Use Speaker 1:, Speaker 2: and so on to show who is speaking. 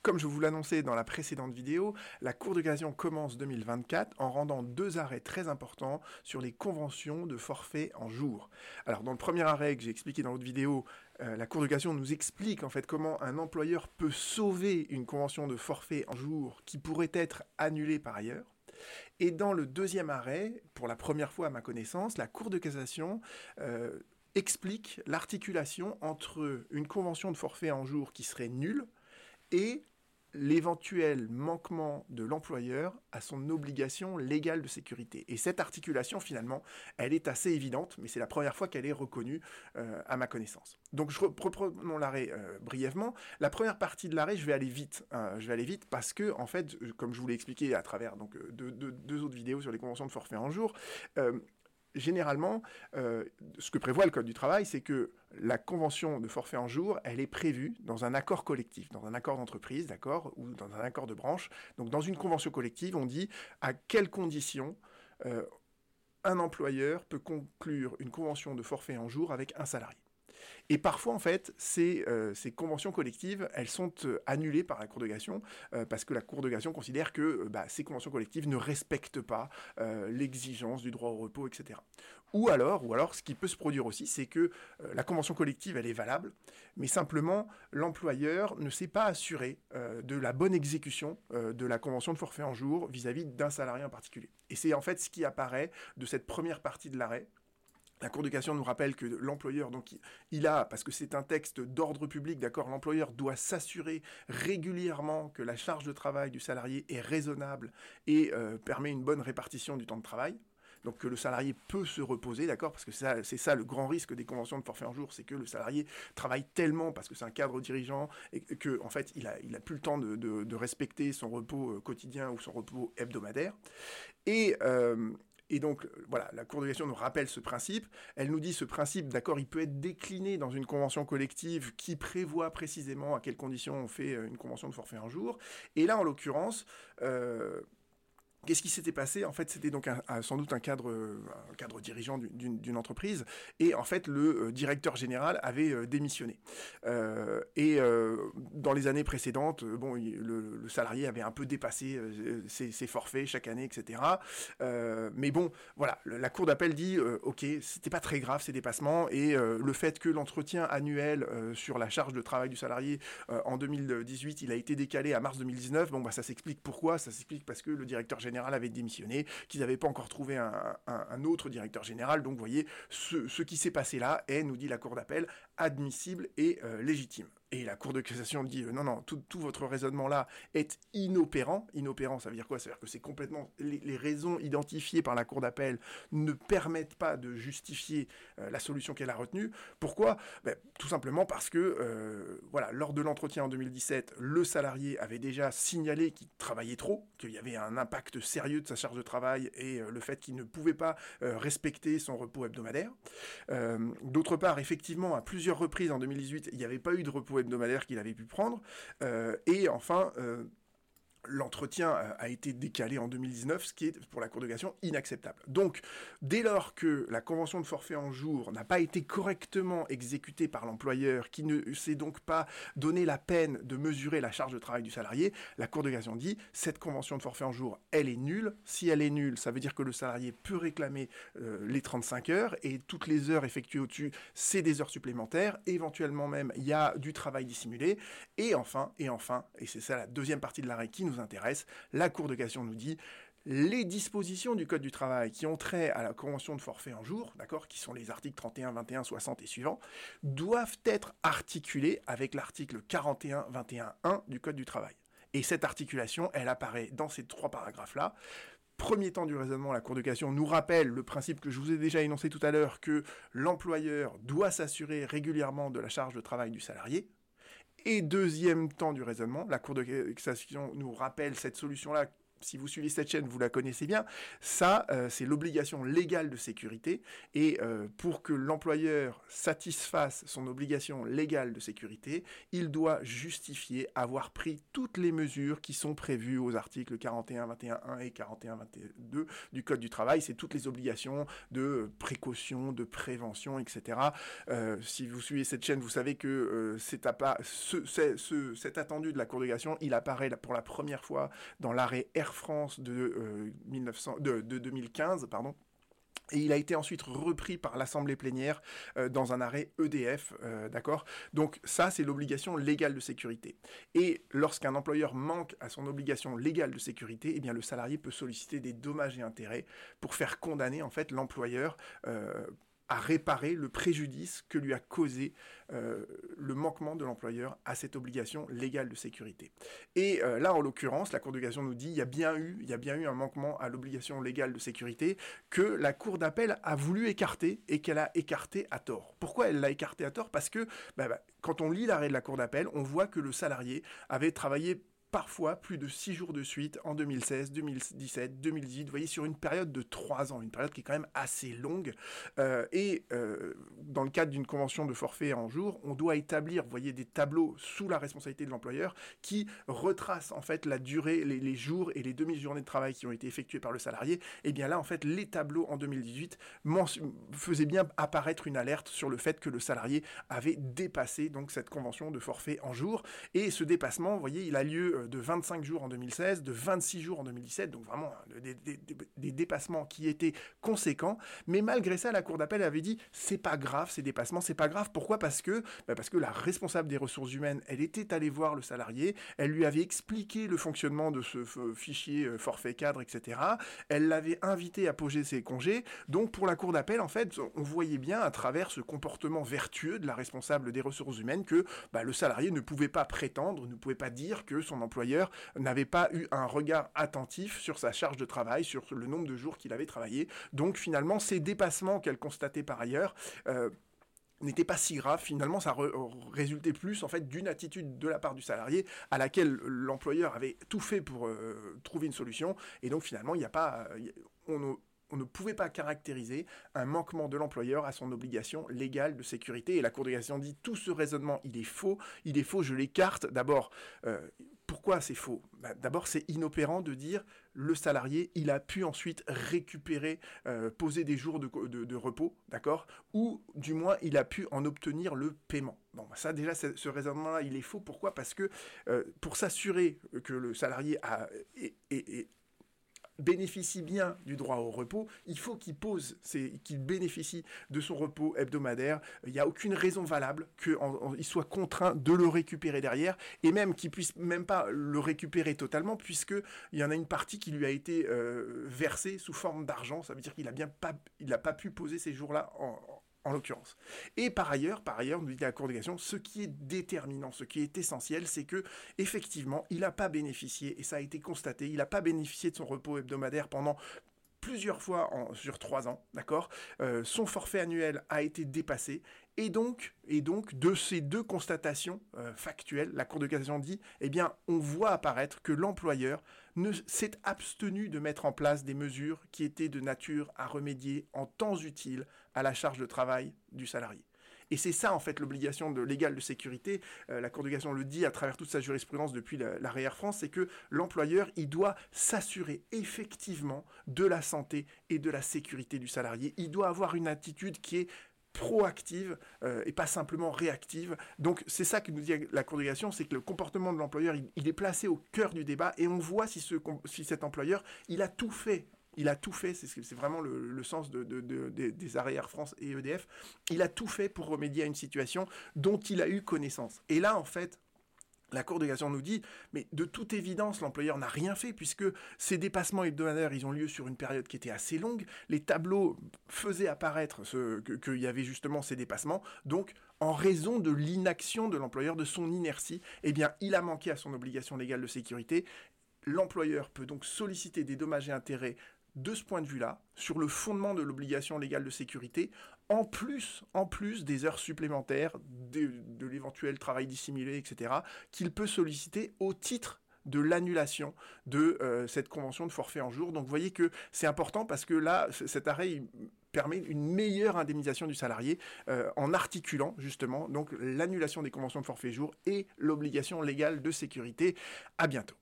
Speaker 1: comme je vous l'annonçais dans la précédente vidéo, la Cour de cassation commence 2024 en rendant 2 arrêts très importants sur les conventions de forfait en jours. Alors dans le premier arrêt que j'ai expliqué dans l'autre vidéo, la Cour de cassation nous explique en fait comment un employeur peut sauver une convention de forfait en jours qui pourrait être annulée par ailleurs. Et dans le deuxième arrêt, pour la première fois à ma connaissance, la Cour de cassation explique l'articulation entre une convention de forfait en jour qui serait nulle et l'éventuel manquement de l'employeur à son obligation légale de sécurité. Et cette articulation, finalement, elle est assez évidente, mais c'est la première fois qu'elle est reconnue à ma connaissance. Donc, reprenons l'arrêt brièvement. La première partie de l'arrêt, je vais aller vite. Parce que, en fait, comme je vous l'ai expliqué à travers donc, deux autres vidéos sur les conventions de forfait en jour, généralement, ce que prévoit le Code du travail, c'est que la convention de forfait en jour, elle est prévue dans un accord collectif, dans un accord d'entreprise, d'accord, ou dans un accord de branche. Donc, dans une convention collective, on dit à quelles conditions un employeur peut conclure une convention de forfait en jour avec un salarié. Et parfois, en fait, ces conventions collectives, elles sont annulées par la Cour de cassation parce que la Cour de cassation considère que ces conventions collectives ne respectent pas l'exigence du droit au repos, etc. Ou alors, ce qui peut se produire aussi, c'est que la convention collective, elle est valable, mais simplement, l'employeur ne s'est pas assuré de la bonne exécution de la convention de forfait en jour vis-à-vis d'un salarié en particulier. Et c'est en fait ce qui apparaît de cette première partie de l'arrêt. La Cour de cassation nous rappelle que l'employeur, donc, il a, parce que c'est un texte d'ordre public, d'accord, l'employeur doit s'assurer régulièrement que la charge de travail du salarié est raisonnable et permet une bonne répartition du temps de travail. Donc que le salarié peut se reposer, d'accord, parce que c'est ça le grand risque des conventions de forfait en jour, c'est que le salarié travaille tellement, parce que c'est un cadre dirigeant, et que en fait il a plus le temps de respecter son repos quotidien ou son repos hebdomadaire. Et donc, voilà, la Cour de cassation nous rappelle ce principe. Elle nous dit ce principe, d'accord, il peut être décliné dans une convention collective qui prévoit précisément à quelles conditions on fait une convention de forfait en jour. Et là, en l'occurrence, qu'est-ce qui s'était passé ? En fait, c'était donc sans doute un cadre dirigeant d'une entreprise, et en fait, le directeur général avait démissionné. Dans les années précédentes, le salarié avait un peu dépassé ses forfaits chaque année, etc. Mais bon, voilà, la Cour d'appel dit, ok, c'était pas très grave ces dépassements, et le fait que l'entretien annuel sur la charge de travail du salarié en 2018, il a été décalé à mars 2019, ça s'explique pourquoi, ça s'explique parce que le directeur général avait démissionné, qu'ils n'avaient pas encore trouvé un autre directeur général. Donc, vous voyez, ce qui s'est passé là est, nous dit la Cour d'appel, admissible et légitime. Et la Cour de cassation dit non, tout votre raisonnement là est inopérant. Inopérant, ça veut dire quoi ? Ça veut dire que c'est complètement les raisons identifiées par la Cour d'appel ne permettent pas de justifier la solution qu'elle a retenue. Pourquoi ? Tout simplement parce que lors de l'entretien en 2017, le salarié avait déjà signalé qu'il travaillait trop, qu'il y avait un impact sérieux de sa charge de travail et le fait qu'il ne pouvait pas respecter son repos hebdomadaire. D'autre part, effectivement, à plusieurs reprises en 2018, il n'y avait pas eu de repos hebdomadaire qu'il avait pu prendre. Et enfin, l'entretien a été décalé en 2019, ce qui est, pour la Cour de cassation, inacceptable. Donc, dès lors que la convention de forfait en jour n'a pas été correctement exécutée par l'employeur, qui ne s'est donc pas donné la peine de mesurer la charge de travail du salarié, la Cour de cassation dit, cette convention de forfait en jour, elle est nulle. Si elle est nulle, ça veut dire que le salarié peut réclamer les 35 heures, et toutes les heures effectuées au-dessus, c'est des heures supplémentaires. Éventuellement même, il y a du travail dissimulé. Et enfin, et c'est ça la deuxième partie de l'arrêt qui nous intéresse, la Cour de cassation nous dit les dispositions du Code du travail qui ont trait à la convention de forfait en jour, d'accord, qui sont les articles 31, 21, 60 et suivants, doivent être articulées avec l'article 41, 21, 1 du Code du travail. Et cette articulation, elle apparaît dans ces 3 paragraphes-là. Premier temps du raisonnement, la Cour de cassation nous rappelle le principe que je vous ai déjà énoncé tout à l'heure, que l'employeur doit s'assurer régulièrement de la charge de travail du salarié. Et deuxième temps du raisonnement, la Cour de cassation nous rappelle cette solution-là si vous suivez cette chaîne, vous la connaissez bien, ça, c'est l'obligation légale de sécurité. Et pour que l'employeur satisfasse son obligation légale de sécurité, il doit justifier avoir pris toutes les mesures qui sont prévues aux articles 41.21.1 et 41.22 du Code du travail. C'est toutes les obligations de précaution, de prévention, etc. Si vous suivez cette chaîne, vous savez que cet attendu de la Cour de cassation, il apparaît pour la première fois dans l'arrêt Air France de 2015, pardon. Et il a été ensuite repris par l'Assemblée plénière dans un arrêt EDF, d'accord ? Donc ça, c'est l'obligation légale de sécurité. Et lorsqu'un employeur manque à son obligation légale de sécurité, eh bien le salarié peut solliciter des dommages et intérêts pour faire condamner en fait l'employeur à réparer le préjudice que lui a causé le manquement de l'employeur à cette obligation légale de sécurité. Et là, en l'occurrence, la Cour de cassation nous dit qu'il y a bien eu un manquement à l'obligation légale de sécurité que la Cour d'appel a voulu écarter et qu'elle a écarté à tort. Pourquoi elle l'a écarté à tort ? Parce que quand on lit l'arrêt de la Cour d'appel, on voit que le salarié avait travaillé parfois plus de 6 jours de suite en 2016, 2017, 2018, vous voyez, sur une période de 3 ans, une période qui est quand même assez longue. Dans le cadre d'une convention de forfait en jour, on doit établir, vous voyez, des tableaux sous la responsabilité de l'employeur qui retracent en fait la durée, les jours et les demi-journées de travail qui ont été effectués par le salarié. Et bien là, en fait, les tableaux en 2018 faisaient bien apparaître une alerte sur le fait que le salarié avait dépassé donc cette convention de forfait en jour. Et ce dépassement, vous voyez, il a lieu de 25 jours en 2016, de 26 jours en 2017, donc vraiment des dépassements qui étaient conséquents. Mais malgré ça, la Cour d'appel avait dit c'est pas grave ces dépassements, c'est pas grave. Pourquoi ? Parce que la responsable des ressources humaines, elle était allée voir le salarié, elle lui avait expliqué le fonctionnement de ce fichier forfait cadre, etc. Elle l'avait invité à poser ses congés. Donc pour la Cour d'appel, en fait, on voyait bien à travers ce comportement vertueux de la responsable des ressources humaines que le salarié ne pouvait pas prétendre, ne pouvait pas dire que son employeur n'avait pas eu un regard attentif sur sa charge de travail, sur le nombre de jours qu'il avait travaillé. Donc finalement, ces dépassements qu'elle constatait par ailleurs n'était pas si grave. Finalement, ça résultait plus en fait d'une attitude de la part du salarié à laquelle l'employeur avait tout fait pour trouver une solution. Et donc finalement, on ne pouvait pas caractériser un manquement de l'employeur à son obligation légale de sécurité. Et la Cour de cassation dit tout ce raisonnement, il est faux, je l'écarte. D'abord, pourquoi c'est faux ? D'abord, c'est inopérant de dire le salarié, il a pu ensuite récupérer, poser des jours de repos, d'accord ? Ou du moins, il a pu en obtenir le paiement. Bon, ça déjà, ce raisonnement-là, il est faux. Pourquoi ? Parce que pour s'assurer que le salarié bénéficie bien du droit au repos, il faut qu'il bénéficie de son repos hebdomadaire. Il n'y a aucune raison valable qu'il soit contraint de le récupérer derrière, et même qu'il puisse même pas le récupérer totalement, puisqu'il y en a une partie qui lui a été versée sous forme d'argent. Ça veut dire qu'il n'a pas pu poser ces jours-là en l'occurrence. Et par ailleurs, nous dit la Cour de cassation, ce qui est déterminant, ce qui est essentiel, c'est que effectivement, il n'a pas bénéficié, et ça a été constaté, il n'a pas bénéficié de son repos hebdomadaire pendant plusieurs fois sur 3 ans, d'accord ? Son forfait annuel a été dépassé, et donc, de ces deux constatations factuelles, la Cour de cassation dit, eh bien, on voit apparaître que l'employeur s'est abstenu de mettre en place des mesures qui étaient de nature à remédier en temps utile à la charge de travail du salarié. Et c'est ça, en fait, l'obligation légale de sécurité. La Cour de cassation le dit à travers toute sa jurisprudence depuis l'arrêt Air France, c'est que l'employeur, il doit s'assurer effectivement de la santé et de la sécurité du salarié. Il doit avoir une attitude qui est proactive et pas simplement réactive. Donc c'est ça que nous dit la Cour de cassation, c'est que le comportement de l'employeur, il est placé au cœur du débat, et on voit si cet employeur, il a tout fait. C'est vraiment le sens des arrêts Air France et EDF. Il a tout fait pour remédier à une situation dont il a eu connaissance. Et là, en fait, la Cour de cassation nous dit, mais de toute évidence, l'employeur n'a rien fait, puisque ces dépassements hebdomadaires, ils ont lieu sur une période qui était assez longue. Les tableaux faisaient apparaître qu'il y avait justement ces dépassements. Donc, en raison de l'inaction de l'employeur, de son inertie, eh bien, il a manqué à son obligation légale de sécurité. L'employeur peut donc solliciter des dommages et intérêts de ce point de vue-là, sur le fondement de l'obligation légale de sécurité, en plus des heures supplémentaires, de l'éventuel travail dissimulé, etc., qu'il peut solliciter au titre de l'annulation de cette convention de forfait en jour. Donc vous voyez que c'est important parce que là, cet arrêt il permet une meilleure indemnisation du salarié en articulant justement donc l'annulation des conventions de forfait jour et l'obligation légale de sécurité. À bientôt.